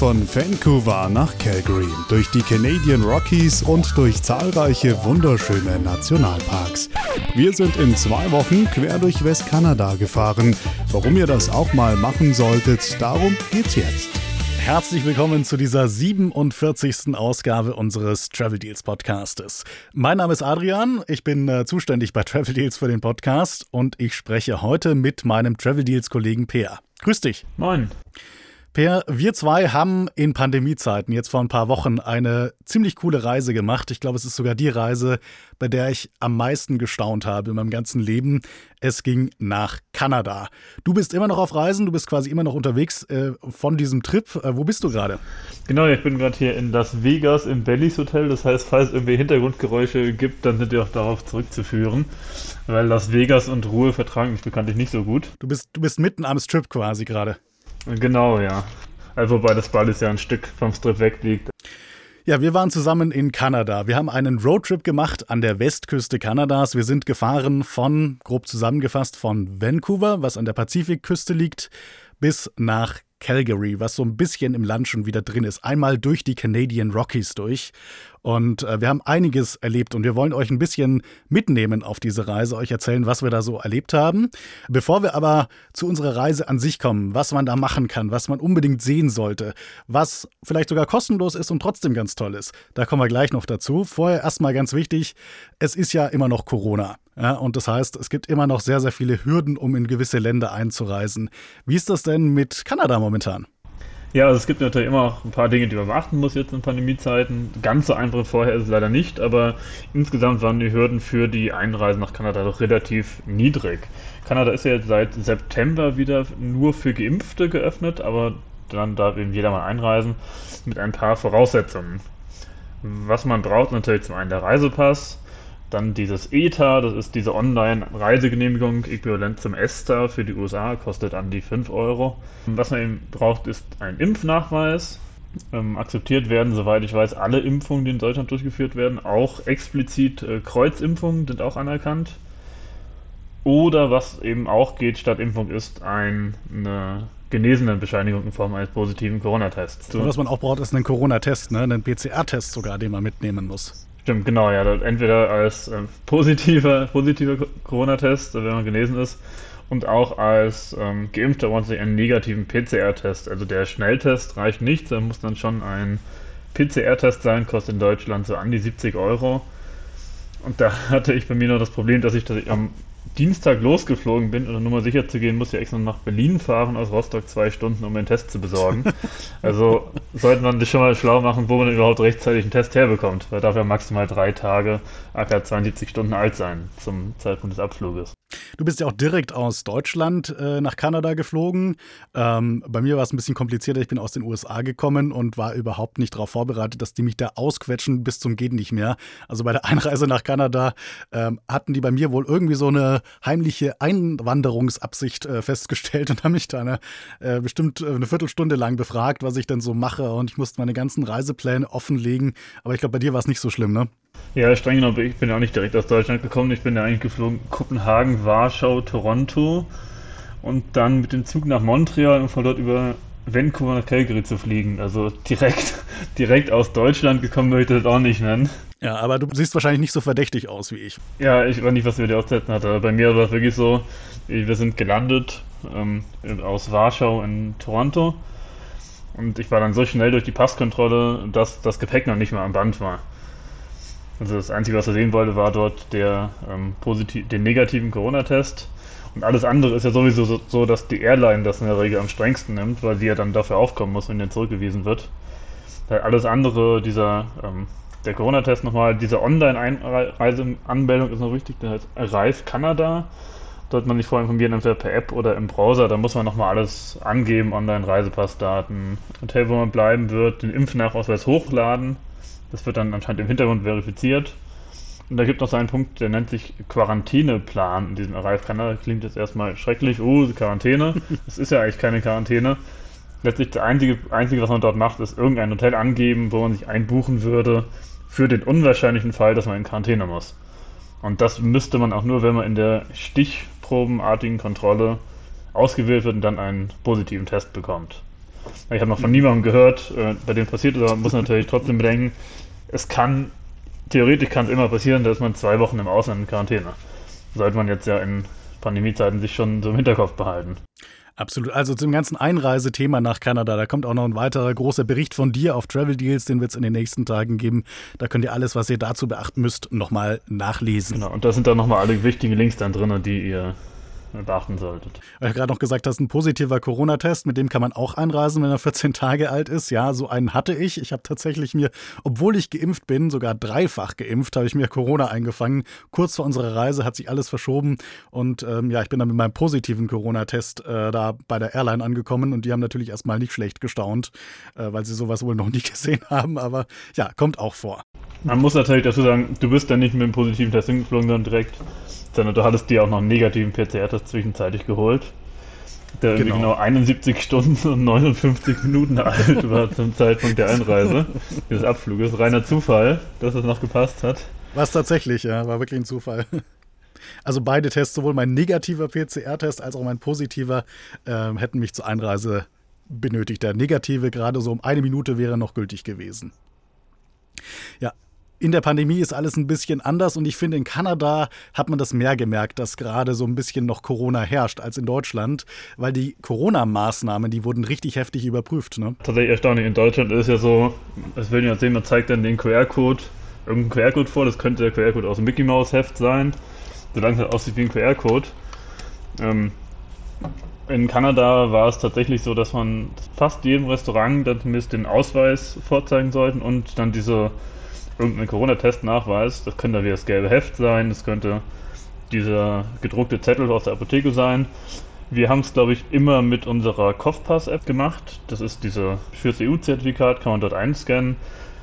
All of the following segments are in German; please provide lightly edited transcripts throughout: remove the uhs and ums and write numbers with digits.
von Vancouver nach Calgary, durch die Canadian Rockies und durch zahlreiche wunderschöne Nationalparks. Wir sind in 2 Wochen quer durch Westkanada gefahren. Warum ihr das auch mal machen solltet, darum geht's jetzt. Herzlich willkommen zu dieser 47. Ausgabe unseres Travel Deals Podcastes. Mein Name ist Adrian, ich bin zuständig bei Travel Deals für den Podcast und ich spreche heute mit meinem Travel Deals Kollegen Peer. Grüß dich. Moin. Peer, wir zwei haben in Pandemiezeiten jetzt vor ein paar Wochen eine ziemlich coole Reise gemacht. Ich glaube, es ist sogar die Reise, bei der ich am meisten gestaunt habe in meinem ganzen Leben. Es ging nach Kanada. Du bist immer noch auf Reisen, du bist quasi immer noch unterwegs von diesem Trip. Wo bist du gerade? Genau, ich bin gerade hier in Las Vegas im Bally's Hotel. Das heißt, falls es irgendwie Hintergrundgeräusche gibt, dann sind die auch darauf zurückzuführen. Weil Las Vegas und Ruhe vertragen mich bekanntlich nicht so gut. Du bist mitten am Strip quasi gerade. Genau, ja. Also wobei das Bally's ja ein Stück vom Strip weg liegt. Ja, wir waren zusammen in Kanada. Wir haben einen Roadtrip gemacht an der Westküste Kanadas. Wir sind gefahren von, grob zusammengefasst, von Vancouver, was an der Pazifikküste liegt, bis nach Calgary, was so ein bisschen im Land schon wieder drin ist. Einmal durch die Canadian Rockies durch. Und wir haben einiges erlebt und wir wollen euch ein bisschen mitnehmen auf diese Reise, euch erzählen, was wir da so erlebt haben. Bevor wir aber zu unserer Reise an sich kommen, was man da machen kann, was man unbedingt sehen sollte, was vielleicht sogar kostenlos ist und trotzdem ganz toll ist, da kommen wir gleich noch dazu. Vorher erstmal ganz wichtig, es ist ja immer noch Corona. Ja, und das heißt, es gibt immer noch sehr, sehr viele Hürden, um in gewisse Länder einzureisen. Wie ist das denn mit Kanada momentan? Ja, also es gibt natürlich immer noch ein paar Dinge, die man beachten muss jetzt in Pandemiezeiten. Ganz so einfach vorher ist es leider nicht, aber insgesamt waren die Hürden für die Einreise nach Kanada doch relativ niedrig. Kanada ist ja jetzt seit September wieder nur für Geimpfte geöffnet, aber dann darf eben jeder mal einreisen mit ein paar Voraussetzungen. Was man braucht, natürlich zum einen der Reisepass, dann dieses ETA, das ist diese Online-Reisegenehmigung, äquivalent zum ESTA für die USA, kostet an die 5 Euro. Was man eben braucht, ist ein Impfnachweis. Akzeptiert werden, soweit ich weiß, alle Impfungen, die in Deutschland durchgeführt werden. Auch explizit Kreuzimpfungen sind auch anerkannt. Oder was eben auch geht statt Impfung, ist eine Genesenenbescheinigung in Form eines positiven Corona-Tests. So, was man auch braucht, ist ein Corona-Test, ne? Einen PCR-Test sogar, den man mitnehmen muss. Stimmt, genau, ja. Entweder als positiver Corona-Test, wenn man genesen ist, und auch als Geimpfter braucht man einen negativen PCR-Test. Also der Schnelltest reicht nicht, da muss dann schon ein PCR-Test sein, kostet in Deutschland so an die 70 Euro. Und da hatte ich bei mir noch das Problem, dass ich am Dienstag losgeflogen bin und um nur mal sicher zu gehen, muss ich extra nach Berlin fahren, aus Rostock 2 Stunden, um den Test zu besorgen. Also sollte man sich schon mal schlau machen, wo man überhaupt rechtzeitig einen Test herbekommt, weil darf ja maximal 3 Tage, aka 72 Stunden alt sein zum Zeitpunkt des Abfluges. Du bist ja auch direkt aus Deutschland nach Kanada geflogen. Bei mir war es ein bisschen komplizierter. Ich bin aus den USA gekommen und war überhaupt nicht darauf vorbereitet, dass die mich da ausquetschen bis zum Geht nicht mehr. Also bei der Einreise nach Kanada hatten die bei mir wohl irgendwie so eine heimliche Einwanderungsabsicht festgestellt und haben mich da bestimmt eine Viertelstunde lang befragt, was ich denn so mache. Und ich musste meine ganzen Reisepläne offenlegen. Aber ich glaube, bei dir war es nicht so schlimm, ne? Ja, streng genommen, ich bin ja auch nicht direkt aus Deutschland gekommen. Ich bin ja eigentlich geflogen Kopenhagen, Warschau, Toronto und dann mit dem Zug nach Montreal und von dort über Vancouver nach Calgary zu fliegen. Also direkt aus Deutschland gekommen möchte ich das auch nicht nennen. Ja, aber du siehst wahrscheinlich nicht so verdächtig aus wie ich. Ja, ich weiß nicht, was wir die Auszeiten hatte. Bei mir war es wirklich so, wir sind gelandet aus Warschau in Toronto und ich war dann so schnell durch die Passkontrolle, dass das Gepäck noch nicht mal am Band war. Also das Einzige, was er sehen wollte, war dort den negativen Corona-Test. Und alles andere ist ja sowieso so, dass die Airline das in der Regel am strengsten nimmt, weil sie ja dann dafür aufkommen muss, wenn der zurückgewiesen wird. Weil alles andere, der Corona-Test nochmal, diese Online-Reiseanmeldung ist noch wichtig, der heißt Arrive Canada. Dort man sich vorher informieren, entweder per App oder im Browser, da muss man nochmal alles angeben, Online-Reisepassdaten, Hotel, wo man bleiben wird, den Impfnachweis hochladen. Das wird dann anscheinend im Hintergrund verifiziert. Und da gibt es noch so einen Punkt, der nennt sich Quarantäneplan in diesem Arrive Canada. Klingt jetzt erstmal schrecklich, Quarantäne. Das ist ja eigentlich keine Quarantäne. Letztlich das Einzige, was man dort macht, ist irgendein Hotel angeben, wo man sich einbuchen würde für den unwahrscheinlichen Fall, dass man in Quarantäne muss. Und das müsste man auch nur, wenn man in der stichprobenartigen Kontrolle ausgewählt wird und dann einen positiven Test bekommt. Ich habe noch von niemandem gehört, bei dem passiert ist, aber man muss natürlich trotzdem bedenken, theoretisch kann es immer passieren, dass man 2 Wochen im Ausland in Quarantäne. Sollte man jetzt ja in Pandemiezeiten sich schon so im Hinterkopf behalten. Absolut. Also zum ganzen Einreisethema nach Kanada, da kommt auch noch ein weiterer großer Bericht von dir auf Travel Deals, den wird es in den nächsten Tagen geben. Da könnt ihr alles, was ihr dazu beachten müsst, nochmal nachlesen. Genau, und da sind dann nochmal alle wichtigen Links dann drin, die ihr beachten solltet. Weil du gerade noch gesagt hast, ein positiver Corona-Test, mit dem kann man auch einreisen, wenn er 14 Tage alt ist. Ja, so einen hatte ich. Ich habe tatsächlich mir, obwohl ich geimpft bin, sogar 3-fach geimpft, habe ich mir Corona eingefangen. Kurz vor unserer Reise hat sich alles verschoben und ich bin dann mit meinem positiven Corona-Test da bei der Airline angekommen und die haben natürlich erstmal nicht schlecht gestaunt, weil sie sowas wohl noch nie gesehen haben, aber ja, kommt auch vor. Man muss natürlich dazu sagen, du bist dann nicht mit dem positiven Test hingeflogen, sondern direkt, sondern du hattest dir auch noch einen negativen PCR-Test zwischenzeitlich geholt, der irgendwie genau 71 Stunden und 59 Minuten alt war zum Zeitpunkt der Einreise des Abfluges. Reiner Zufall, dass es noch gepasst hat. War es tatsächlich, ja, war wirklich ein Zufall. Also beide Tests, sowohl mein negativer PCR-Test als auch mein positiver, hätten mich zur Einreise benötigt. Der negative gerade so um 1 Minute wäre noch gültig gewesen. Ja. In der Pandemie ist alles ein bisschen anders und ich finde, in Kanada hat man das mehr gemerkt, dass gerade so ein bisschen noch Corona herrscht als in Deutschland, weil die Corona-Maßnahmen, die wurden richtig heftig überprüft. Ne? Tatsächlich erstaunlich. In Deutschland ist es ja so, es will ja sehen, man zeigt dann den QR-Code, irgendeinen QR-Code vor, das könnte der QR-Code aus dem Mickey-Maus-Heft sein, solange es halt aussieht wie ein QR-Code. In Kanada war es tatsächlich so, dass man fast jedem Restaurant dann zumindest den Ausweis vorzeigen sollten und dann irgendeinen Corona-Test-Nachweis. Das könnte wie das gelbe Heft sein, das könnte dieser gedruckte Zettel aus der Apotheke sein. Wir haben es, glaube ich, immer mit unserer Kopfpass-App gemacht. Das ist fürs EU-Zertifikat, kann man dort einscannen.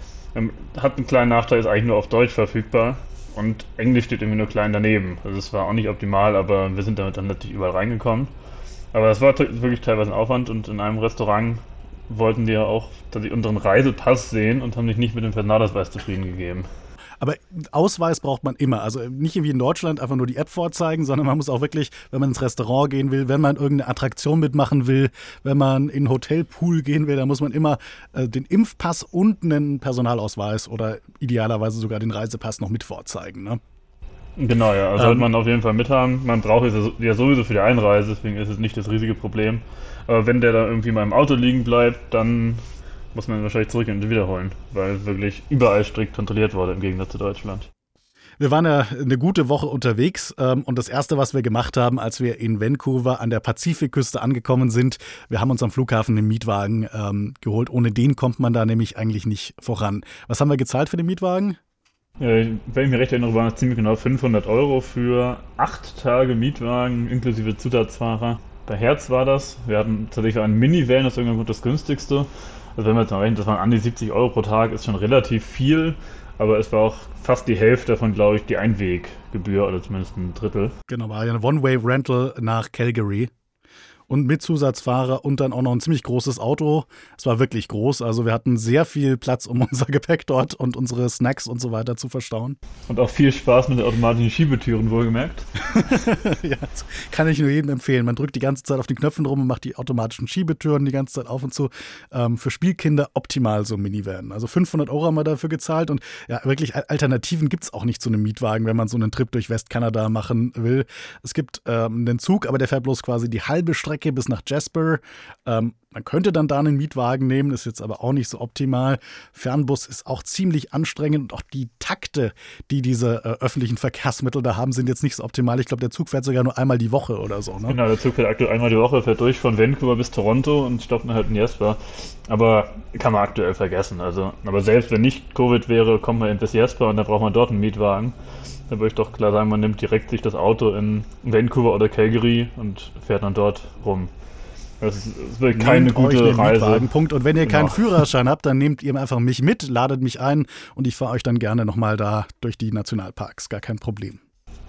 Hat einen kleinen Nachteil, ist eigentlich nur auf Deutsch verfügbar und Englisch steht irgendwie nur klein daneben. Also es war auch nicht optimal, aber wir sind damit dann natürlich überall reingekommen. Aber das war wirklich teilweise ein Aufwand und in einem Restaurant wollten die ja auch unseren Reisepass sehen und haben sich nicht mit dem Personalausweis zufrieden gegeben. Aber Ausweis braucht man immer. Also nicht wie in Deutschland einfach nur die App vorzeigen, sondern man muss auch wirklich, wenn man ins Restaurant gehen will, wenn man irgendeine Attraktion mitmachen will, wenn man in einen Hotelpool gehen will, dann muss man immer den Impfpass und einen Personalausweis oder idealerweise sogar den Reisepass noch mit vorzeigen, ne? Genau, ja. Also sollte man auf jeden Fall mithaben. Man braucht es ja sowieso für die Einreise, deswegen ist es nicht das riesige Problem. Aber wenn der da irgendwie mal im Auto liegen bleibt, dann muss man ihn wahrscheinlich zurück und wiederholen, weil wirklich überall strikt kontrolliert wurde, im Gegensatz zu Deutschland. Wir waren ja eine gute Woche unterwegs und das Erste, was wir gemacht haben, als wir in Vancouver an der Pazifikküste angekommen sind, wir haben uns am Flughafen einen Mietwagen geholt. Ohne den kommt man da nämlich eigentlich nicht voran. Was haben wir gezahlt für den Mietwagen? Wenn ich mich recht erinnere, waren es ziemlich genau 500 € für 8 Tage Mietwagen inklusive Zusatzfahrer. Bei Herz war das. Wir hatten tatsächlich einen Minivan, das ist irgendwann das günstigste. Also wenn wir jetzt mal rechnen, das waren an die 70 € pro Tag, ist schon relativ viel. Aber es war auch fast die Hälfte davon, glaube ich, die Einweggebühr oder zumindest ein Drittel. Genau, war ja eine One-Way-Rental nach Calgary. Und mit Zusatzfahrer und dann auch noch ein ziemlich großes Auto. Es war wirklich groß, also wir hatten sehr viel Platz, um unser Gepäck dort und unsere Snacks und so weiter zu verstauen. Und auch viel Spaß mit den automatischen Schiebetüren, wohlgemerkt. Ja, das kann ich nur jedem empfehlen. Man drückt die ganze Zeit auf die Knöpfe rum und macht die automatischen Schiebetüren die ganze Zeit auf und zu. Für Spielkinder optimal so ein Minivan. Also 500 € haben wir dafür gezahlt und ja, wirklich Alternativen gibt es auch nicht zu einem Mietwagen, wenn man so einen Trip durch Westkanada machen will. Es gibt einen Zug, aber der fährt bloß quasi die halbe Strecke bis nach Jasper. Man könnte dann da einen Mietwagen nehmen, ist jetzt aber auch nicht so optimal. Fernbus ist auch ziemlich anstrengend und auch die Takte, die diese öffentlichen Verkehrsmittel da haben, sind jetzt nicht so optimal. Ich glaube, der Zug fährt sogar nur einmal die Woche oder so. Ne? Genau, der Zug fährt aktuell einmal die Woche, fährt durch von Vancouver bis Toronto und stoppt dann halt in Jasper. Aber kann man aktuell vergessen. Also, aber selbst wenn nicht Covid wäre, kommt man eben bis Jasper und dann braucht man dort einen Mietwagen. Da würde ich doch klar sagen, man nimmt direkt sich das Auto in Vancouver oder Calgary und fährt dann dort rum. Das ist wirklich keine gute Reise. Punkt. Und wenn ihr keinen Führerschein habt, dann nehmt ihr einfach mich mit, ladet mich ein und ich fahre euch dann gerne nochmal da durch die Nationalparks. Gar kein Problem.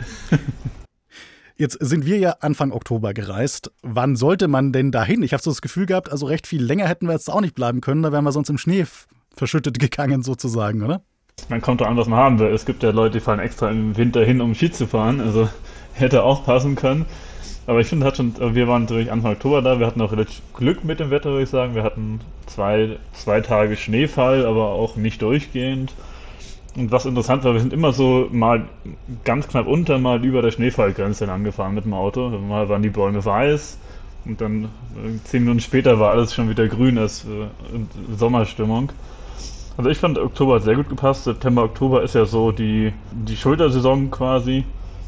Jetzt sind wir ja Anfang Oktober gereist. Wann sollte man denn dahin? Ich habe so das Gefühl gehabt, also recht viel länger hätten wir jetzt auch nicht bleiben können. Da wären wir sonst im Schnee verschüttet gegangen sozusagen, oder? Man kommt doch an, was man haben will. Es gibt ja Leute, die fahren extra im Winter hin, um Ski zu fahren. Also hätte auch passen können. Aber ich finde, wir waren natürlich Anfang Oktober da, wir hatten auch relativ Glück mit dem Wetter, würde ich sagen. Wir hatten zwei Tage Schneefall, aber auch nicht durchgehend. Und was interessant war, wir sind immer so mal ganz knapp unter, mal über der Schneefallgrenze lang gefahren mit dem Auto. Mal waren die Bäume weiß und dann 10 Minuten später war alles schon wieder grün, als Sommerstimmung. Also ich fand, Oktober hat sehr gut gepasst. September, Oktober ist ja so die Schultersaison quasi.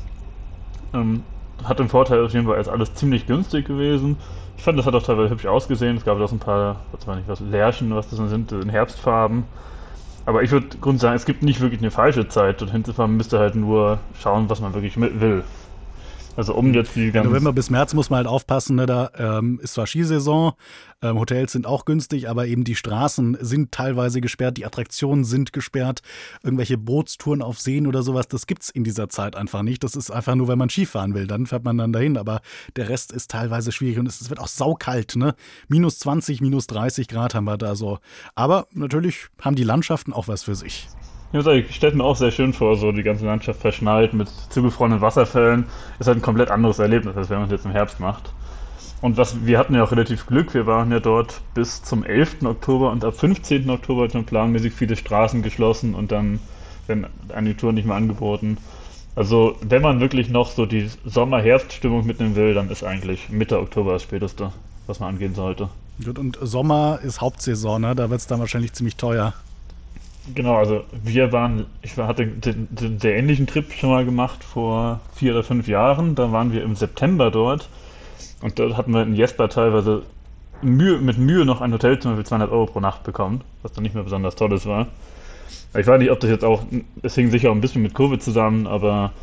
Hat den Vorteil auf jeden Fall, ist alles ziemlich günstig gewesen. Ich fand, das hat auch teilweise hübsch ausgesehen. Es gab auch ein paar, Lärchen, was das denn sind, in Herbstfarben. Aber ich würde grundsätzlich sagen, es gibt nicht wirklich eine falsche Zeit, dorthin zu fahren. Man müsste halt nur schauen, was man wirklich will. Also jetzt die ganzen... November bis März muss man halt aufpassen, ne? Da ist zwar Skisaison, Hotels sind auch günstig, aber eben die Straßen sind teilweise gesperrt, die Attraktionen sind gesperrt, irgendwelche Bootstouren auf Seen oder sowas, das gibt's in dieser Zeit einfach nicht. Das ist einfach nur, wenn man Skifahren will, dann fährt man dann dahin, aber der Rest ist teilweise schwierig und es wird auch saukalt, ne? Minus 20, minus 30 Grad haben wir da so. Aber natürlich haben die Landschaften auch was für sich. Ich stelle mir auch sehr schön vor, so die ganze Landschaft verschneit mit zugefrorenen Wasserfällen. Ist halt ein komplett anderes Erlebnis, als wenn man es jetzt im Herbst macht. Und wir hatten ja auch relativ Glück, wir waren ja dort bis zum 11. Oktober und ab 15. Oktober hat man planmäßig viele Straßen geschlossen und dann werden einige Touren nicht mehr angeboten. Also wenn man wirklich noch so die Sommer-Herbst-Stimmung mitnehmen will, dann ist eigentlich Mitte Oktober das Späteste, was man angehen sollte. Gut, und Sommer ist Hauptsaison, ne? Da wird es dann wahrscheinlich ziemlich teuer. Genau, also hatte den ähnlichen Trip schon mal gemacht vor 4 oder 5 Jahren. Da waren wir im September dort und dort hatten wir in Jesper teilweise mit Mühe noch ein Hotelzimmer für 200 Euro pro Nacht bekommen, was dann nicht mehr besonders Tolles war. Ich weiß nicht, ob das jetzt auch, es hing sicher auch ein bisschen mit Covid zusammen, aber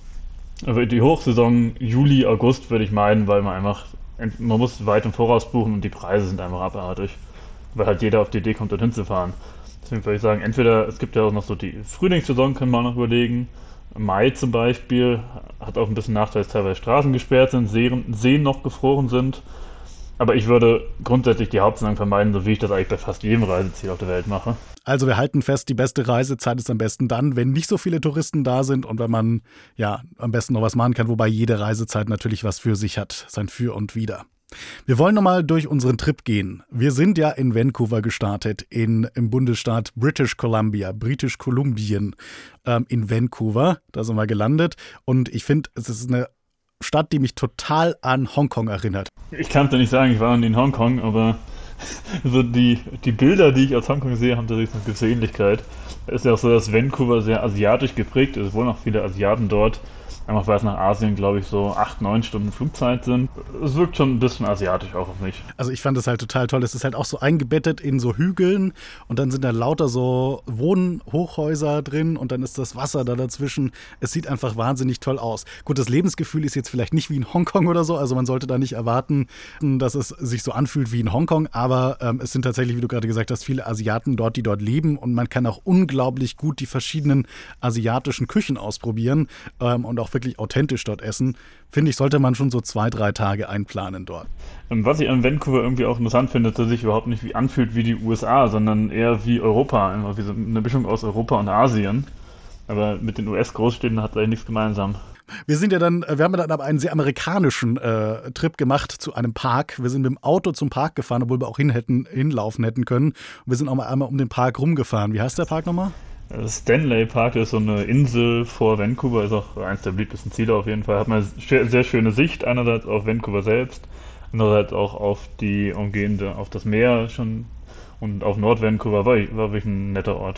die Hochsaison Juli, August würde ich meiden, weil man muss weit im Voraus buchen und die Preise sind einfach abartig, weil halt jeder auf die Idee kommt, dorthin zu fahren. Deswegen würde ich sagen, entweder, es gibt ja auch noch so die Frühlingssaison, können wir auch noch überlegen. Mai zum Beispiel hat auch ein bisschen Nachteil, dass teilweise Straßen gesperrt sind, Seen noch gefroren sind. Aber ich würde grundsätzlich die Hauptsaison vermeiden, so wie ich das eigentlich bei fast jedem Reiseziel auf der Welt mache. Also wir halten fest, die beste Reisezeit ist am besten dann, wenn nicht so viele Touristen da sind und wenn man ja am besten noch was machen kann, wobei jede Reisezeit natürlich was für sich hat, sein Für und Wider. Wir wollen nochmal durch unseren Trip gehen. Wir sind ja in Vancouver gestartet, im Bundesstaat British Kolumbien, in Vancouver. Da sind wir gelandet und ich finde, es ist eine Stadt, die mich total an Hongkong erinnert. Ich kann es ja nicht sagen, ich war noch nie in Hongkong, aber so die Bilder, die ich aus Hongkong sehe, haben tatsächlich eine gewisse Ähnlichkeit. Es ist ja auch so, dass Vancouver sehr asiatisch geprägt ist. Es wohnen auch viele Asiaten dort. Einfach weil es nach Asien, glaube ich, so 8-9 Stunden Flugzeit sind. Es wirkt schon ein bisschen asiatisch auch auf mich. Also ich fand das halt total toll. Es ist halt auch so eingebettet in so Hügeln und dann sind da lauter so Wohnhochhäuser drin und dann ist das Wasser da dazwischen. Es sieht einfach wahnsinnig toll aus. Gut, das Lebensgefühl ist jetzt vielleicht nicht wie in Hongkong oder so, also man sollte da nicht erwarten, dass es sich so anfühlt wie in Hongkong, aber es sind tatsächlich, wie du gerade gesagt hast, viele Asiaten dort, die dort leben und man kann auch unglaublich gut die verschiedenen asiatischen Küchen ausprobieren und auch wirklich authentisch dort essen, finde ich, sollte man schon so 2-3 Tage einplanen dort. Was ich an Vancouver irgendwie auch interessant finde, dass es sich überhaupt nicht anfühlt wie die USA, sondern eher wie Europa, wie so eine Mischung aus Europa und Asien. Aber mit den US-Großstädten hat es eigentlich nichts gemeinsam. Wir haben ja dann aber einen sehr amerikanischen Trip gemacht zu einem Park. Wir sind mit dem Auto zum Park gefahren, obwohl wir auch hinlaufen hätten können. Und wir sind auch mal einmal um den Park rumgefahren. Wie heißt der Park nochmal? Stanley Park ist so eine Insel vor Vancouver, ist auch eins der beliebtesten Ziele auf jeden Fall. Hat man eine sehr schöne Sicht, einerseits auf Vancouver selbst, andererseits auch auf auf das Meer schon und auf Nord-Vancouver war wirklich ein netter Ort.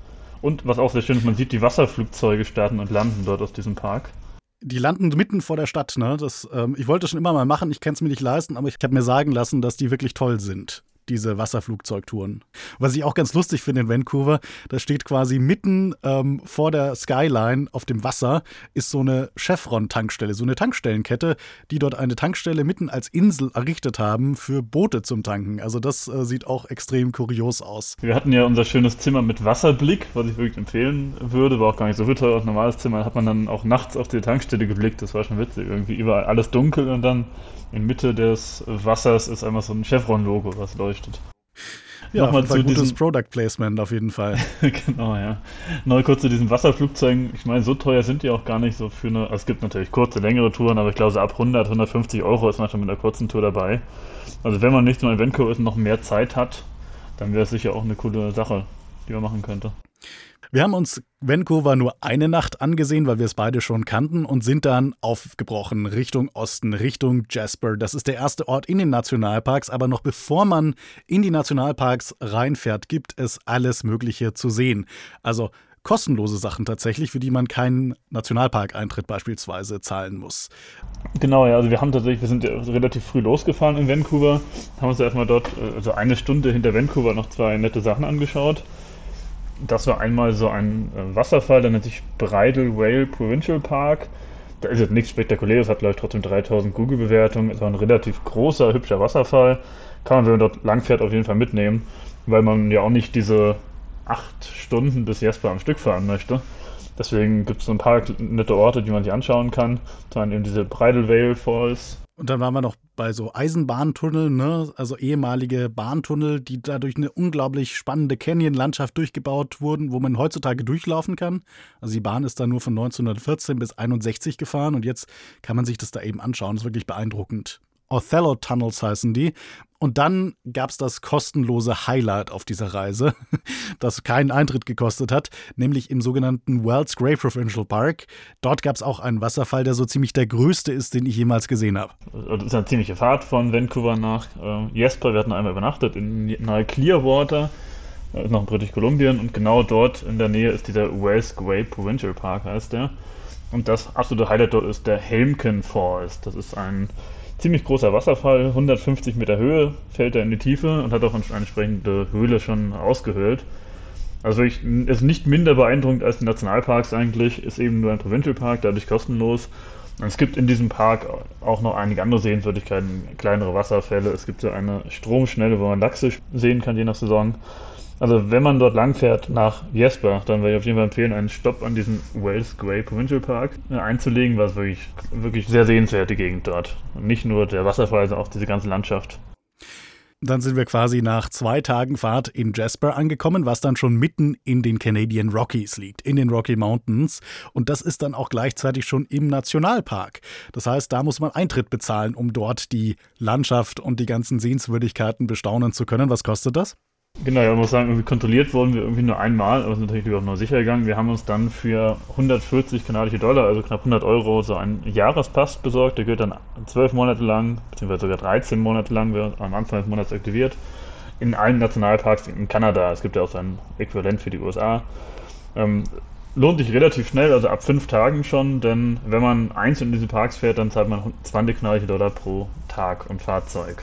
Und was auch sehr schön ist, man sieht die Wasserflugzeuge starten und landen dort aus diesem Park. Die landen mitten vor der Stadt, ne? Ich wollte das schon immer mal machen, ich kann es mir nicht leisten, aber ich habe mir sagen lassen, dass die wirklich toll sind, diese Wasserflugzeugtouren. Was ich auch ganz lustig finde in Vancouver, da steht quasi mitten vor der Skyline auf dem Wasser ist so eine Chevron-Tankstelle, so eine Tankstellenkette, die dort eine Tankstelle mitten als Insel errichtet haben für Boote zum Tanken. Also das sieht auch extrem kurios aus. Wir hatten ja unser schönes Zimmer mit Wasserblick, was ich wirklich empfehlen würde, war auch gar nicht so viel teuer als ein normales Zimmer. Da hat man dann auch nachts auf die Tankstelle geblickt, das war schon witzig. Irgendwie überall alles dunkel und dann in Mitte des Wassers ist einfach so ein Chevron-Logo, was leuchtet. Ja, auf jeden Fall gutes Product Placement auf jeden Fall. Genau, ja. Noch kurz zu diesen Wasserflugzeugen. Ich meine, so teuer sind die auch gar nicht so für eine. Also es gibt natürlich kurze, längere Touren, aber ich glaube, so ab 100, 150 Euro ist man schon mit einer kurzen Tour dabei. Also wenn man nicht Mal in Vancouver ist und noch mehr Zeit hat, dann wäre es sicher auch eine coole Sache, die man machen könnte. Wir haben uns Vancouver nur eine Nacht angesehen, weil wir es beide schon kannten und sind dann aufgebrochen Richtung Osten, Richtung Jasper. Das ist der erste Ort in den Nationalparks, aber noch bevor man in die Nationalparks reinfährt, gibt es alles Mögliche zu sehen. Also kostenlose Sachen tatsächlich, für die man keinen Nationalparkeintritt beispielsweise zahlen muss. Genau, ja, also wir sind ja relativ früh losgefahren in Vancouver, haben uns ja erstmal dort, also eine Stunde hinter Vancouver noch zwei nette Sachen angeschaut. Das war einmal so ein Wasserfall, der nennt sich Bridal Veil Provincial Park. Da ist jetzt nichts Spektakuläres, hat glaube ich trotzdem 3000 Google-Bewertungen, ist auch ein relativ großer, hübscher Wasserfall. Kann man, wenn man dort langfährt, auf jeden Fall mitnehmen, weil man ja auch nicht diese 8 Stunden bis Jasper am Stück fahren möchte. Deswegen gibt es so ein paar nette Orte, die man sich anschauen kann. Zum einen eben diese Bridal Veil Falls. Und dann waren wir noch bei so Eisenbahntunneln, ne? Also ehemalige Bahntunnel, die dadurch eine unglaublich spannende Canyon-Landschaft durchgebaut wurden, wo man heutzutage durchlaufen kann. Also die Bahn ist da nur von 1914 bis 61 gefahren und jetzt kann man sich das da eben anschauen. Das ist wirklich beeindruckend. Othello Tunnels heißen die. Und dann gab es das kostenlose Highlight auf dieser Reise, das keinen Eintritt gekostet hat, nämlich im sogenannten Wells Gray Provincial Park. Dort gab es auch einen Wasserfall, der so ziemlich der größte ist, den ich jemals gesehen habe. Das ist eine ziemliche Fahrt von Vancouver nach Jasper. Wir hatten einmal übernachtet in nahe Clearwater, noch in British-Kolumbien. Und genau dort in der Nähe ist dieser Wells Gray Provincial Park, heißt der. Und das absolute Highlight dort ist der Helmken Falls. Das ist ein ziemlich großer Wasserfall, 150 Meter Höhe, fällt er in die Tiefe und hat auch eine entsprechende Höhle schon ausgehöhlt. Also ist nicht minder beeindruckend als die Nationalparks eigentlich, ist eben nur ein Provincial Park, dadurch kostenlos. Und es gibt in diesem Park auch noch einige andere Sehenswürdigkeiten, kleinere Wasserfälle. Es gibt so eine Stromschnelle, wo man Lachse sehen kann, je nach Saison. Also wenn man dort langfährt nach Jasper, dann würde ich auf jeden Fall empfehlen, einen Stopp an diesem Wells Gray Provincial Park einzulegen, weil es wirklich sehr sehenswerte Gegend dort. Und nicht nur der Wasserfall, sondern auch diese ganze Landschaft. Dann sind wir quasi nach 2 Tagen Fahrt in Jasper angekommen, was dann schon mitten in den Canadian Rockies liegt, in den Rocky Mountains. Und das ist dann auch gleichzeitig schon im Nationalpark. Das heißt, da muss man Eintritt bezahlen, um dort die Landschaft und die ganzen Sehenswürdigkeiten bestaunen zu können. Was kostet das? Genau, ja, man muss sagen, irgendwie kontrolliert wurden wir irgendwie nur einmal, aber sind natürlich lieber nur sicher gegangen. Wir haben uns dann für 140 kanadische Dollar, also knapp 100 Euro, so einen Jahrespass besorgt. Der gilt dann 12 Monate lang, beziehungsweise sogar 13 Monate lang, wird am Anfang des Monats aktiviert, in allen Nationalparks in Kanada. Es gibt ja auch so ein Äquivalent für die USA. Lohnt sich relativ schnell, also ab 5 Tagen schon, denn wenn man einzeln in diese Parks fährt, dann zahlt man 20 kanadische Dollar pro Tag und Fahrzeug.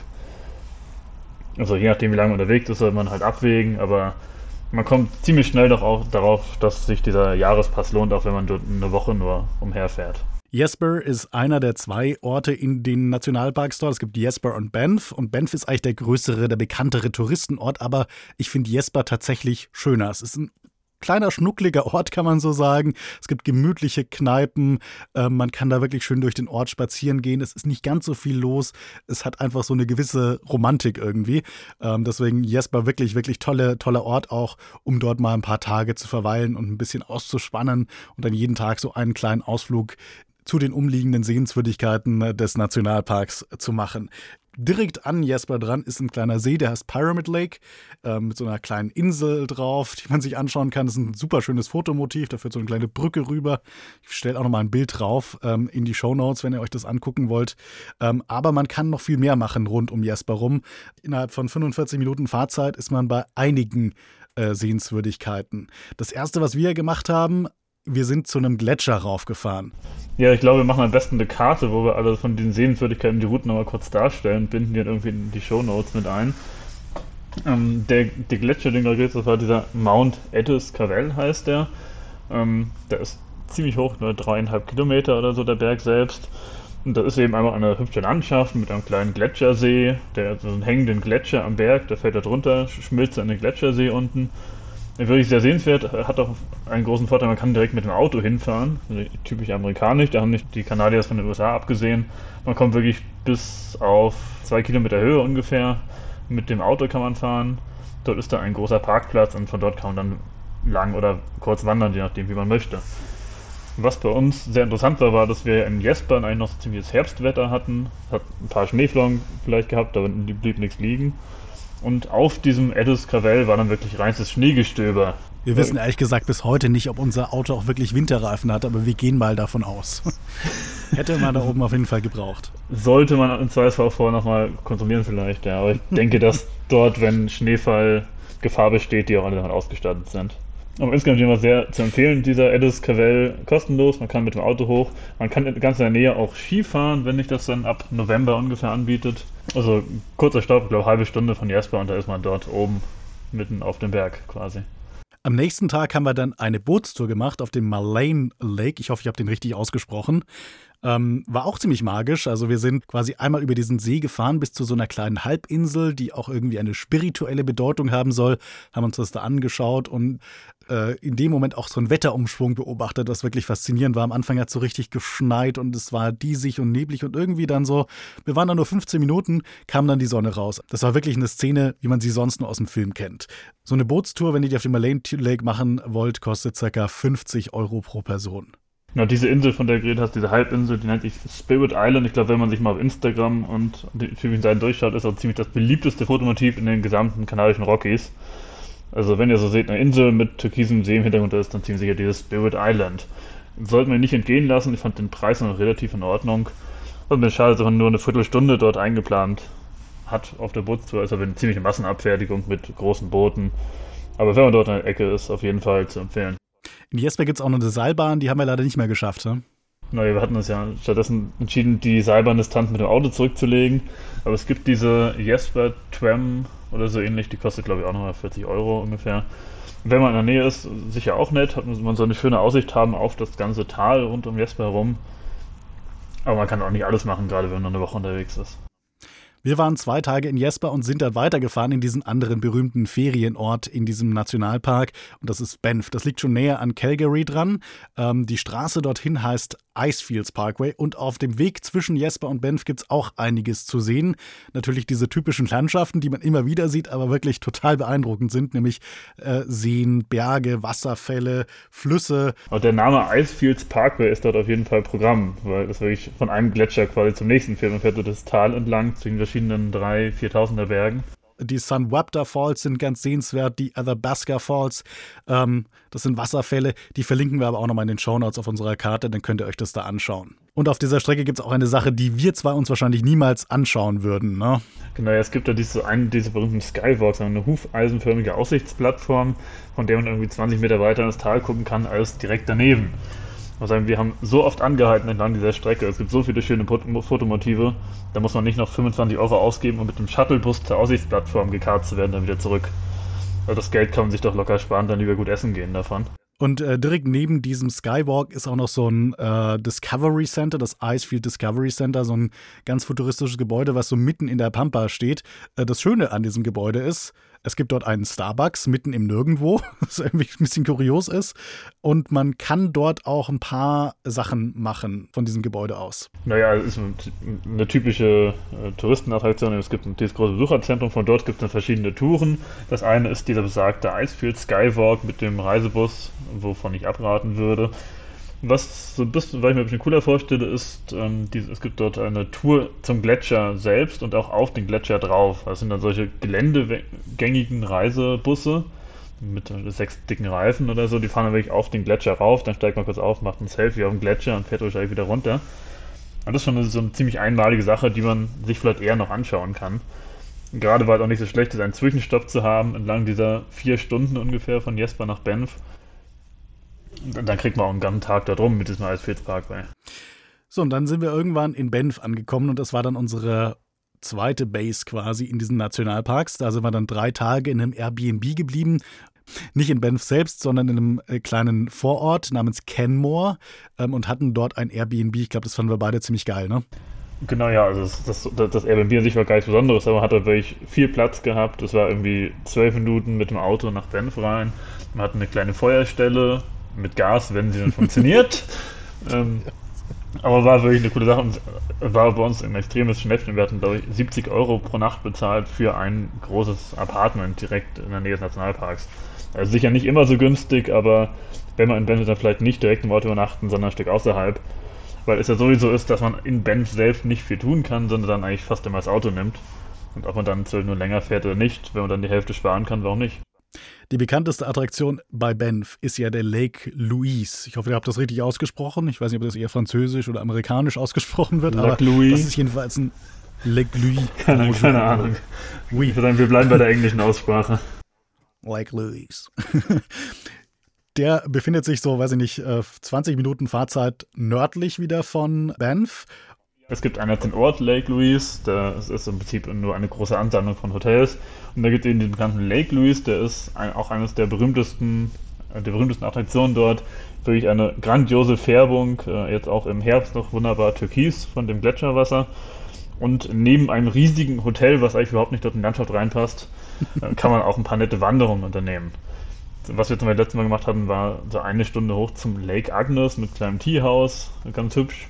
Also je nachdem, wie lange man unterwegs ist, soll man halt abwägen, aber man kommt ziemlich schnell doch auch darauf, dass sich dieser Jahrespass lohnt, auch wenn man dort eine Woche nur umherfährt. Jasper ist einer der 2 Orte in den Nationalparks dort. Es gibt Jasper und Banff. Und Banff ist eigentlich der größere, der bekanntere Touristenort. Aber ich finde Jasper tatsächlich schöner. Es ist ein kleiner, schnuckliger Ort, kann man so sagen. Es gibt gemütliche Kneipen. Man kann da wirklich schön durch den Ort spazieren gehen. Es ist nicht ganz so viel los. Es hat einfach so eine gewisse Romantik irgendwie. Deswegen Jasper wirklich, wirklich toller Ort auch, um dort mal ein paar Tage zu verweilen und ein bisschen auszuspannen und dann jeden Tag so einen kleinen Ausflug zu den umliegenden Sehenswürdigkeiten des Nationalparks zu machen. Direkt an Jasper dran ist ein kleiner See, der heißt Pyramid Lake, mit so einer kleinen Insel drauf, die man sich anschauen kann. Das ist ein super schönes Fotomotiv, da führt so eine kleine Brücke rüber. Ich stelle auch nochmal ein Bild drauf in die Shownotes, wenn ihr euch das angucken wollt. Aber man kann noch viel mehr machen rund um Jasper rum. Innerhalb von 45 Minuten Fahrzeit ist man bei einigen Sehenswürdigkeiten. Das erste, was wir gemacht haben, wir sind zu einem Gletscher raufgefahren. Ja, ich glaube, wir machen am besten eine Karte, wo wir alle von diesen Sehenswürdigkeiten die Routen nochmal kurz darstellen, binden die dann irgendwie in die Shownotes mit ein. Der Gletscher, den du das war dieser Mount Ettis-Cavell heißt der. Der ist ziemlich hoch, nur 3,5 Kilometer oder so, der Berg selbst. Und das ist eben einfach eine hübsche Landschaft mit einem kleinen Gletschersee, der so einen hängenden Gletscher am Berg, der fällt da drunter, schmilzt in den Gletschersee unten. Wirklich sehr sehenswert, hat auch einen großen Vorteil, man kann direkt mit dem Auto hinfahren, typisch amerikanisch, da haben nicht die Kanadier von den USA abgesehen. Man kommt wirklich bis auf 2 Kilometer Höhe ungefähr, Mit dem Auto kann man fahren. Dort ist dann ein großer Parkplatz und von dort kann man dann lang oder kurz wandern, je nachdem, wie man möchte. Was bei uns sehr interessant war, war, dass wir in Jesper eigentlich noch ziemliches Herbstwetter hatten. Hat ein paar Schneeflocken vielleicht gehabt, aber blieb nichts liegen. Und auf diesem Eddes Gravel war dann wirklich reinstes Schneegestöber. Wir wissen ehrlich gesagt bis heute nicht, ob unser Auto auch wirklich Winterreifen hat, aber wir gehen mal davon aus. Hätte man da oben auf jeden Fall gebraucht. Sollte man im Zweifelsfall vorher nochmal kontrollieren vielleicht, ja. Aber ich denke, dass dort, wenn Schneefall Gefahr besteht, die auch alle damit ausgestattet sind. Aber insgesamt immer sehr zu empfehlen, dieser Eddes Gravel kostenlos, man kann mit dem Auto hoch, man kann ganz in der Nähe auch Ski fahren, wenn sich das dann ab November ungefähr anbietet. Also kurzer Stopp, ich glaube halbe Stunde von Jesper und da ist man dort oben mitten auf dem Berg quasi. Am nächsten Tag haben wir dann eine Bootstour gemacht auf dem Malane Lake. Ich hoffe, ich habe den richtig ausgesprochen. War auch ziemlich magisch. Also wir sind quasi einmal über diesen See gefahren bis zu so einer kleinen Halbinsel, die auch irgendwie eine spirituelle Bedeutung haben soll. Haben uns das da angeschaut und in dem Moment auch so einen Wetterumschwung beobachtet, was wirklich faszinierend war. Am Anfang hat es so richtig geschneit und es war diesig und neblig und irgendwie dann so, wir waren da nur 15 Minuten, kam dann die Sonne raus. Das war wirklich eine Szene, wie man sie sonst nur aus dem Film kennt. So eine Bootstour, wenn ihr die auf dem Malane Lake machen wollt, kostet ca. 50 € pro Person. Genau, diese Insel, von der du geredet hast, diese Halbinsel, die nennt sich Spirit Island. Ich glaube, wenn man sich mal auf Instagram und die vielen Seiten durchschaut, ist auch ziemlich das beliebteste Fotomotiv in den gesamten kanadischen Rockies. Also wenn ihr so seht, eine Insel mit türkisem See im Hintergrund, ist dann ziemlich sicher dieses Spirit Island. Sollten wir nicht entgehen lassen, ich fand den Preis noch relativ in Ordnung. Und mir schade, dass man nur eine Viertelstunde dort eingeplant hat auf der Bootstour. Also eine ziemliche Massenabfertigung mit großen Booten. Aber wenn man dort in der Ecke ist, auf jeden Fall zu empfehlen. In Jesper gibt es auch noch eine Seilbahn, die haben wir leider nicht mehr geschafft, ne? Naja, wir hatten uns ja stattdessen entschieden, die Seilbahndistanz mit dem Auto zurückzulegen. Aber es gibt diese Jesper Tram oder so ähnlich, die kostet glaube ich auch nochmal 40 € ungefähr. Wenn man in der Nähe ist, sicher auch nett, hat man so eine schöne Aussicht haben auf das ganze Tal rund um Jesper herum. Aber man kann auch nicht alles machen, gerade wenn man eine Woche unterwegs ist. Wir waren 2 Tage in Jesper und sind dann weitergefahren in diesen anderen berühmten Ferienort in diesem Nationalpark. Und das ist Banff. Das liegt schon näher an Calgary dran. Die Straße dorthin heißt Icefields Parkway. Und auf dem Weg zwischen Jesper und Banff gibt es auch einiges zu sehen. Natürlich diese typischen Landschaften, die man immer wieder sieht, aber wirklich total beeindruckend sind. Nämlich Seen, Berge, Wasserfälle, Flüsse. Und der Name Icefields Parkway ist dort auf jeden Fall Programm, weil das wirklich von einem Gletscher quasi zum nächsten fährt. Man fährt dort das Tal entlang zwischen verschiedenen 3.000, 4.000er Bergen. Die San Wapta Falls sind ganz sehenswert, die Athabasca Falls, das sind Wasserfälle, die verlinken wir aber auch nochmal in den Shownotes auf unserer Karte, dann könnt ihr euch das da anschauen. Und auf dieser Strecke gibt es auch eine Sache, die wir zwei uns wahrscheinlich niemals anschauen würden, ne? Genau, ja, es gibt ja diese berühmten Skywalks, eine hufeisenförmige Aussichtsplattform, von der man irgendwie 20 Meter weiter ins Tal gucken kann, als direkt daneben. Ich muss sagen, wir haben so oft angehalten entlang dieser Strecke, es gibt so viele schöne Fotomotive, da muss man nicht noch 25 € ausgeben, um mit dem Shuttlebus zur Aussichtsplattform gekarrt zu werden, dann wieder zurück. Also das Geld kann man sich doch locker sparen, dann lieber gut essen gehen davon. Und direkt neben diesem Skywalk ist auch noch so ein Discovery Center, das Icefield Discovery Center, so ein ganz futuristisches Gebäude, was so mitten in der Pampa steht. Das Schöne an diesem Gebäude ist, es gibt dort einen Starbucks mitten im Nirgendwo, was irgendwie ein bisschen kurios ist. Und man kann dort auch ein paar Sachen machen von diesem Gebäude aus. Naja, es ist eine typische Touristenattraktion. Es gibt dieses große Besucherzentrum, von dort gibt es dann verschiedene Touren. Das eine ist dieser besagte Icefield Skywalk mit dem Reisebus, wovon ich abraten würde. Was so ein bisschen, weil ich mir ein bisschen cooler vorstelle, ist, es gibt dort eine Tour zum Gletscher selbst und auch auf den Gletscher drauf. Das sind dann solche geländegängigen Reisebusse mit 6 dicken Reifen oder so, die fahren dann wirklich auf den Gletscher rauf, dann steigt man kurz auf, macht ein Selfie auf dem Gletscher und fährt wahrscheinlich wieder runter. Und das ist schon so eine ziemlich einmalige Sache, die man sich vielleicht eher noch anschauen kann. Gerade weil es auch nicht so schlecht ist, einen Zwischenstopp zu haben, entlang dieser 4 Stunden ungefähr von Jesper nach Banff. Dann kriegt man auch einen ganzen Tag da drum mit diesem Icefields Parkway. So, und dann sind wir irgendwann in Banff angekommen und das war dann unsere zweite Base quasi in diesen Nationalparks. Da sind wir dann 3 Tage in einem Airbnb geblieben. Nicht in Banff selbst, sondern in einem kleinen Vorort namens Canmore und hatten dort ein Airbnb. Ich glaube, das fanden wir beide ziemlich geil, ne? Genau, ja, also das Airbnb an sich war gar nichts Besonderes, aber man hat da wirklich viel Platz gehabt. Es war irgendwie 12 Minuten mit dem Auto nach Banff rein. Man hat eine kleine Feuerstelle mit Gas, wenn sie dann funktioniert. Aber war wirklich eine coole Sache und war bei uns ein extremes Schnäppchen. Wir hatten, glaube ich, 70 Euro pro Nacht bezahlt für ein großes Apartment direkt in der Nähe des Nationalparks. Also sicher nicht immer so günstig, aber wenn man in Banff ist, dann vielleicht nicht direkt im Ort übernachten, sondern ein Stück außerhalb. Weil es ja sowieso ist, dass man in Banff selbst nicht viel tun kann, sondern dann eigentlich fast immer das Auto nimmt. Und ob man dann nur länger fährt oder nicht, wenn man dann die Hälfte sparen kann, warum nicht? Die bekannteste Attraktion bei Banff ist ja der Lake Louise. Ich hoffe, ihr habt das richtig ausgesprochen. Ich weiß nicht, ob das eher französisch oder amerikanisch ausgesprochen wird, aber das ist jedenfalls ein Lake Louise. Keine Ahnung. Oui. Ich würde sagen, wir bleiben bei der englischen Aussprache. Lake Louise. Der befindet sich so, weiß ich nicht, 20 Minuten Fahrzeit nördlich wieder von Banff. Es gibt einerseits den Ort Lake Louise, das ist im Prinzip nur eine große Ansammlung von Hotels. Und da gibt es eben den bekannten Lake Louise, der ist auch eines der berühmtesten Attraktionen dort. Wirklich eine grandiose Färbung, jetzt auch im Herbst noch wunderbar türkis von dem Gletscherwasser. Und neben einem riesigen Hotel, was eigentlich überhaupt nicht dort in die Landschaft reinpasst, kann man auch ein paar nette Wanderungen unternehmen. Was wir zum Beispiel letztes Mal gemacht hatten, war so eine Stunde hoch zum Lake Agnes mit kleinem Teehaus, ganz hübsch.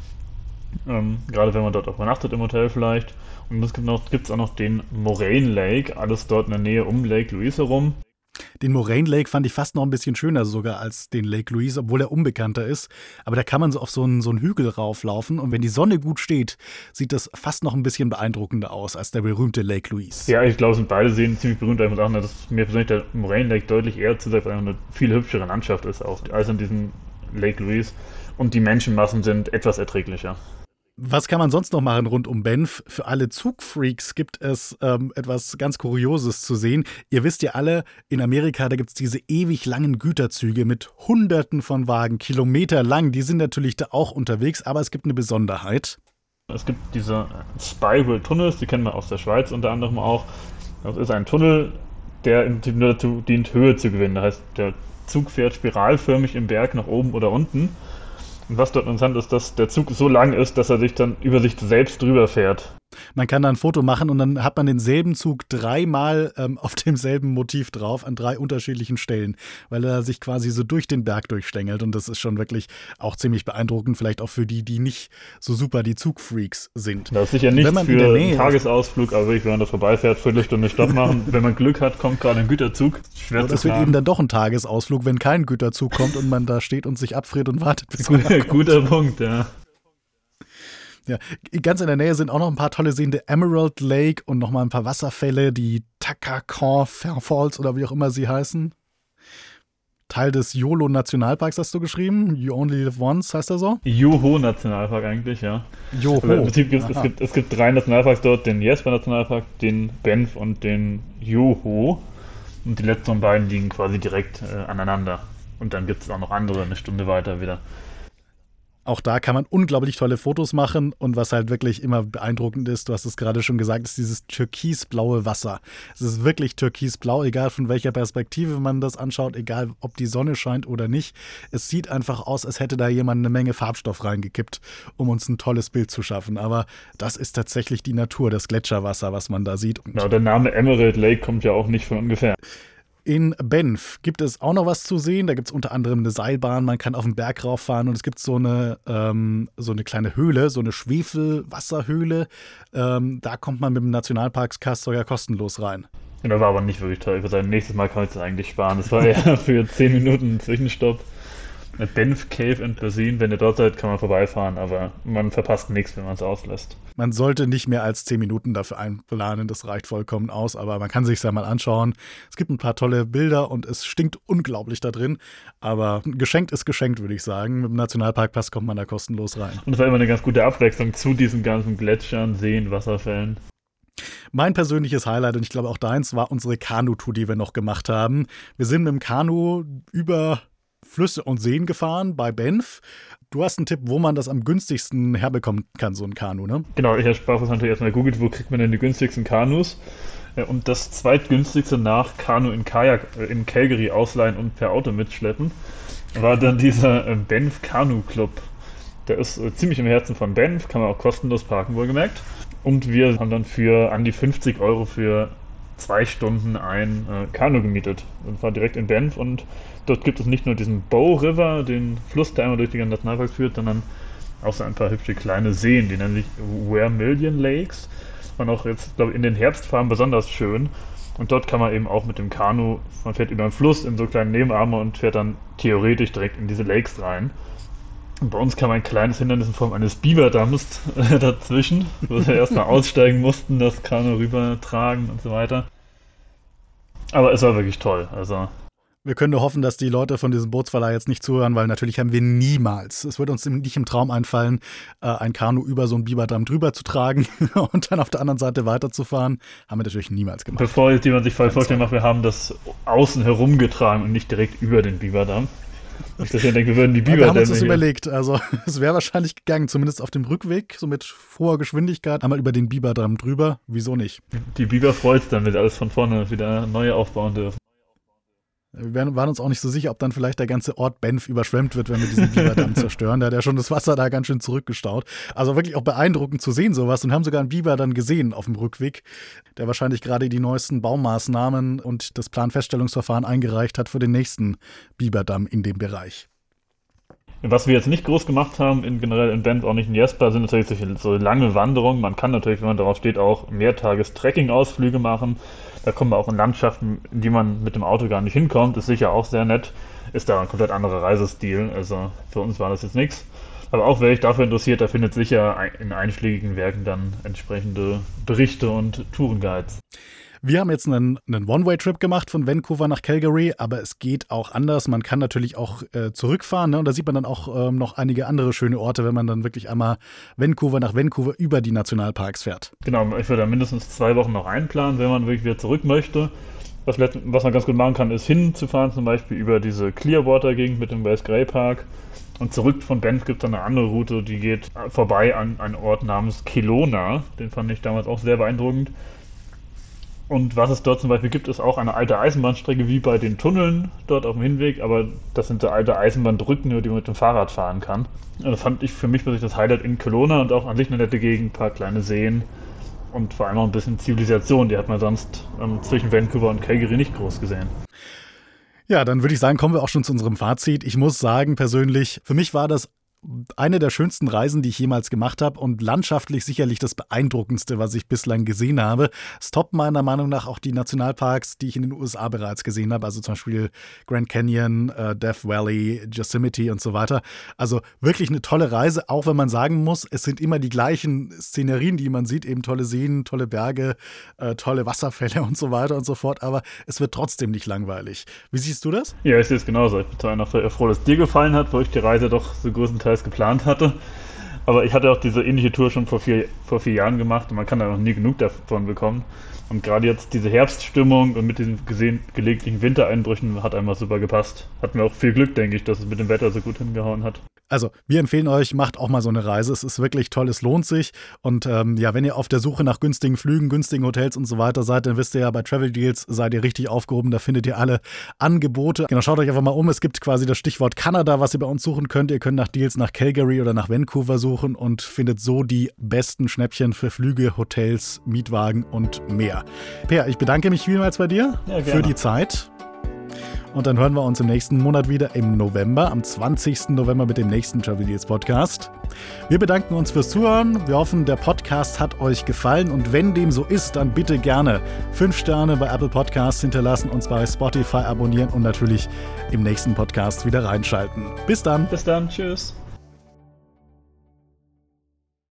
Gerade wenn man dort auch übernachtet im Hotel vielleicht. Und es gibt auch noch den Moraine Lake, alles dort in der Nähe um Lake Louise herum. Den Moraine Lake fand ich fast noch ein bisschen schöner sogar als den Lake Louise, obwohl er unbekannter ist. Aber da kann man so auf so einen Hügel rauflaufen und wenn die Sonne gut steht, sieht das fast noch ein bisschen beeindruckender aus als der berühmte Lake Louise. Ja, ich glaube, es sind beide Seen ziemlich berühmt. Ich muss sagen, dass mir persönlich der Moraine Lake deutlich eher zusagt, weil er eine viel hübschere Landschaft ist auch als in diesem Lake Louise. Und die Menschenmassen sind etwas erträglicher. Was kann man sonst noch machen rund um Banff? Für alle Zugfreaks gibt es etwas ganz Kurioses zu sehen. Ihr wisst ja alle, in Amerika, da gibt es diese ewig langen Güterzüge mit Hunderten von Wagen, Kilometer lang. Die sind natürlich da auch unterwegs, aber es gibt eine Besonderheit. Es gibt diese Spiral Tunnels, die kennen wir aus der Schweiz unter anderem auch. Das ist ein Tunnel, der im Prinzip nur dazu dient, Höhe zu gewinnen. Das heißt, der Zug fährt spiralförmig im Berg nach oben oder unten. Und was dort interessant ist, dass der Zug so lang ist, dass er sich dann über sich selbst drüber fährt. Man kann da ein Foto machen und dann hat man denselben Zug dreimal auf demselben Motiv drauf, an 3 unterschiedlichen Stellen, weil er sich quasi so durch den Berg durchstängelt und das ist schon wirklich auch ziemlich beeindruckend, vielleicht auch für die, die nicht so super die Zugfreaks sind. Das ist sicher nicht für einen Tagesausflug, aber wirklich, wenn man da vorbeifährt, Viertelstunde Stopp machen. Wenn man Glück hat, kommt gerade ein Güterzug. Schwer zu planen. Das wird eben dann doch ein Tagesausflug, wenn kein Güterzug kommt und man da steht und sich abfriert und wartet, bis man kommt. Guter Punkt, ja. Ja, ganz in der Nähe sind auch noch ein paar tolle Seen, der Emerald Lake und nochmal ein paar Wasserfälle, die Takakan Falls oder wie auch immer sie heißen. Teil des YOLO Nationalparks hast du geschrieben. You Only Live Once heißt er so? Yoho Nationalpark eigentlich, ja. Yoho. Also im Prinzip es gibt 3 Nationalparks dort, den Jasper Nationalpark, den Banff und den Yoho. Und die letzten beiden liegen quasi direkt aneinander. Und dann gibt es auch noch andere, eine Stunde weiter wieder. Auch da kann man unglaublich tolle Fotos machen und was halt wirklich immer beeindruckend ist, du hast es gerade schon gesagt, ist dieses türkisblaue Wasser. Es ist wirklich türkisblau, egal von welcher Perspektive man das anschaut, egal ob die Sonne scheint oder nicht. Es sieht einfach aus, als hätte da jemand eine Menge Farbstoff reingekippt, um uns ein tolles Bild zu schaffen. Aber das ist tatsächlich die Natur, das Gletscherwasser, was man da sieht. Genau, der Name Emerald Lake kommt ja auch nicht von ungefähr. In Banff gibt es auch noch was zu sehen. Da gibt es unter anderem eine Seilbahn, man kann auf den Berg rauffahren und es gibt so eine kleine Höhle, so eine Schwefelwasserhöhle. Da kommt man mit dem Nationalparks-Cast sogar kostenlos rein. Das war aber nicht wirklich toll. Ich würde sagen, nächstes Mal kann ich das eigentlich sparen. Das war eher für 10 Minuten Zwischenstopp. Banff Cave and Basin, wenn ihr dort seid, kann man vorbeifahren, aber man verpasst nichts, wenn man es auslässt. Man sollte nicht mehr als 10 Minuten dafür einplanen, das reicht vollkommen aus, aber man kann sich ja mal anschauen. Es gibt ein paar tolle Bilder und es stinkt unglaublich da drin, aber geschenkt ist geschenkt, würde ich sagen. Mit dem Nationalparkpass kommt man da kostenlos rein. Und es war immer eine ganz gute Abwechslung zu diesen ganzen Gletschern, Seen, Wasserfällen. Mein persönliches Highlight, und ich glaube auch deins, war unsere Kanu-Tour, die wir noch gemacht haben. Wir sind mit dem Kanu über Flüsse und Seen gefahren bei Banff. Du hast einen Tipp, wo man das am günstigsten herbekommen kann, so ein Kanu, ne? Genau, ich habe Spaß natürlich erstmal gegoogelt, wo kriegt man denn die günstigsten Kanus? Und das zweitgünstigste nach Kanu in Kajak in Calgary ausleihen und per Auto mitschleppen, war dann dieser Banff Kanu Club. Der ist ziemlich im Herzen von Banff, kann man auch kostenlos parken, wohlgemerkt. Und wir haben dann für an die 50 Euro für 2 Stunden ein Kanu gemietet. Das war direkt in Banff und dort gibt es nicht nur diesen Bow River, den Fluss, der einmal durch die ganzen Nationalparks führt, sondern außer ein paar hübsche kleine Seen, die nennen sich Vermilion Lakes. Und auch jetzt, glaube ich, in den Herbstfarben besonders schön. Und dort kann man eben auch mit dem Kanu, man fährt über den Fluss in so kleinen Nebenarme und fährt dann theoretisch direkt in diese Lakes rein. Und bei uns kam ein kleines Hindernis in Form eines Biberdamms dazwischen, wo wir erstmal aussteigen mussten, das Kanu rübertragen und so weiter. Aber es war wirklich toll, also. Wir können nur hoffen, dass die Leute von diesem Bootsverleih jetzt nicht zuhören, weil natürlich haben wir niemals, es wird uns nicht im Traum einfallen, ein Kanu über so einen Biberdamm drüber zu tragen und dann auf der anderen Seite weiterzufahren. Haben wir natürlich niemals gemacht. Bevor jetzt jemand sich falsch vorstellen macht, wir haben das außen herumgetragen und nicht direkt über den Biberdamm. Ich denke, wir würden die Biberdämme wir haben uns das überlegt, also es wäre wahrscheinlich gegangen, zumindest auf dem Rückweg, so mit hoher Geschwindigkeit, einmal über den Biberdamm drüber, wieso nicht? Die Biber freut es dann, wenn sie alles von vorne wieder neu aufbauen dürfen. Wir waren uns auch nicht so sicher, ob dann vielleicht der ganze Ort Benf überschwemmt wird, wenn wir diesen Biberdamm zerstören. Der hat ja schon das Wasser da ganz schön zurückgestaut. Also wirklich auch beeindruckend zu sehen sowas. Und haben sogar einen Biber dann gesehen auf dem Rückweg, der wahrscheinlich gerade die neuesten Baumaßnahmen und das Planfeststellungsverfahren eingereicht hat für den nächsten Biberdamm in dem Bereich. Was wir jetzt nicht groß gemacht haben, generell in Benf, auch nicht in Jesper, sind natürlich so lange Wanderungen. Man kann natürlich, wenn man darauf steht, auch Mehrtages-Trekking-Ausflüge machen. Da kommen wir auch in Landschaften, in die man mit dem Auto gar nicht hinkommt. Ist sicher auch sehr nett. Ist da ein komplett anderer Reisestil. Also für uns war das jetzt nichts. Aber auch wer sich dafür interessiert, da findet sicher in einschlägigen Werken dann entsprechende Berichte und Tourenguides. Wir haben jetzt einen One-Way-Trip gemacht von Vancouver nach Calgary, aber es geht auch anders. Man kann natürlich auch zurückfahren, ne? Und da sieht man dann auch noch einige andere schöne Orte, wenn man dann wirklich einmal Vancouver nach Vancouver über die Nationalparks fährt. Genau, ich würde da mindestens 2 Wochen noch einplanen, wenn man wirklich wieder zurück möchte. Was man ganz gut machen kann, ist hinzufahren, zum Beispiel über diese Clearwater-Gegend mit dem West Grey Park. Und zurück von Banff gibt es dann eine andere Route, die geht vorbei an einen Ort namens Kelowna. Den fand ich damals auch sehr beeindruckend. Und was es dort zum Beispiel gibt, ist auch eine alte Eisenbahnstrecke wie bei den Tunneln dort auf dem Hinweg, aber das sind so alte Eisenbahndrücken, die man mit dem Fahrrad fahren kann. Und das fand ich für mich wirklich das Highlight in Kelowna und auch an sich eine nette Gegend, ein paar kleine Seen und vor allem auch ein bisschen Zivilisation, die hat man sonst zwischen Vancouver und Calgary nicht groß gesehen. Ja, dann würde ich sagen, kommen wir auch schon zu unserem Fazit. Ich muss sagen, persönlich, für mich war das eine der schönsten Reisen, die ich jemals gemacht habe und landschaftlich sicherlich das beeindruckendste, was ich bislang gesehen habe. Es toppt meiner Meinung nach auch die Nationalparks, die ich in den USA bereits gesehen habe, also zum Beispiel Grand Canyon, Death Valley, Yosemite und so weiter. Also wirklich eine tolle Reise, auch wenn man sagen muss, es sind immer die gleichen Szenerien, die man sieht, eben tolle Seen, tolle Berge, tolle Wasserfälle und so weiter und so fort, aber es wird trotzdem nicht langweilig. Wie siehst du das? Ja, ich sehe es genauso. Ich bin zwar noch froh, dass es dir gefallen hat, wo ich die Reise doch so größtenteils geplant hatte. Aber ich hatte auch diese ähnliche Tour schon vor vier Jahren gemacht und man kann da noch nie genug davon bekommen. Und gerade jetzt diese Herbststimmung und mit diesen gelegentlichen Wintereinbrüchen hat einmal super gepasst. Hatten wir auch viel Glück, denke ich, dass es mit dem Wetter so gut hingehauen hat. Also, wir empfehlen euch, macht auch mal so eine Reise. Es ist wirklich toll, es lohnt sich. Und ja, wenn ihr auf der Suche nach günstigen Flügen, günstigen Hotels und so weiter seid, dann wisst ihr ja, bei Travel Deals seid ihr richtig aufgehoben. Da findet ihr alle Angebote. Genau, schaut euch einfach mal um. Es gibt quasi das Stichwort Kanada, was ihr bei uns suchen könnt. Ihr könnt nach Deals nach Calgary oder nach Vancouver suchen und findet so die besten Schnäppchen für Flüge, Hotels, Mietwagen und mehr. Per, ich bedanke mich vielmals bei dir für die Zeit. Und dann hören wir uns im nächsten Monat wieder im November, am 20. November mit dem nächsten Travel Deals Podcast. Wir bedanken uns fürs Zuhören. Wir hoffen, der Podcast hat euch gefallen. Und wenn dem so ist, dann bitte gerne 5 Sterne bei Apple Podcasts hinterlassen, uns bei Spotify abonnieren und natürlich im nächsten Podcast wieder reinschalten. Bis dann. Bis dann. Tschüss.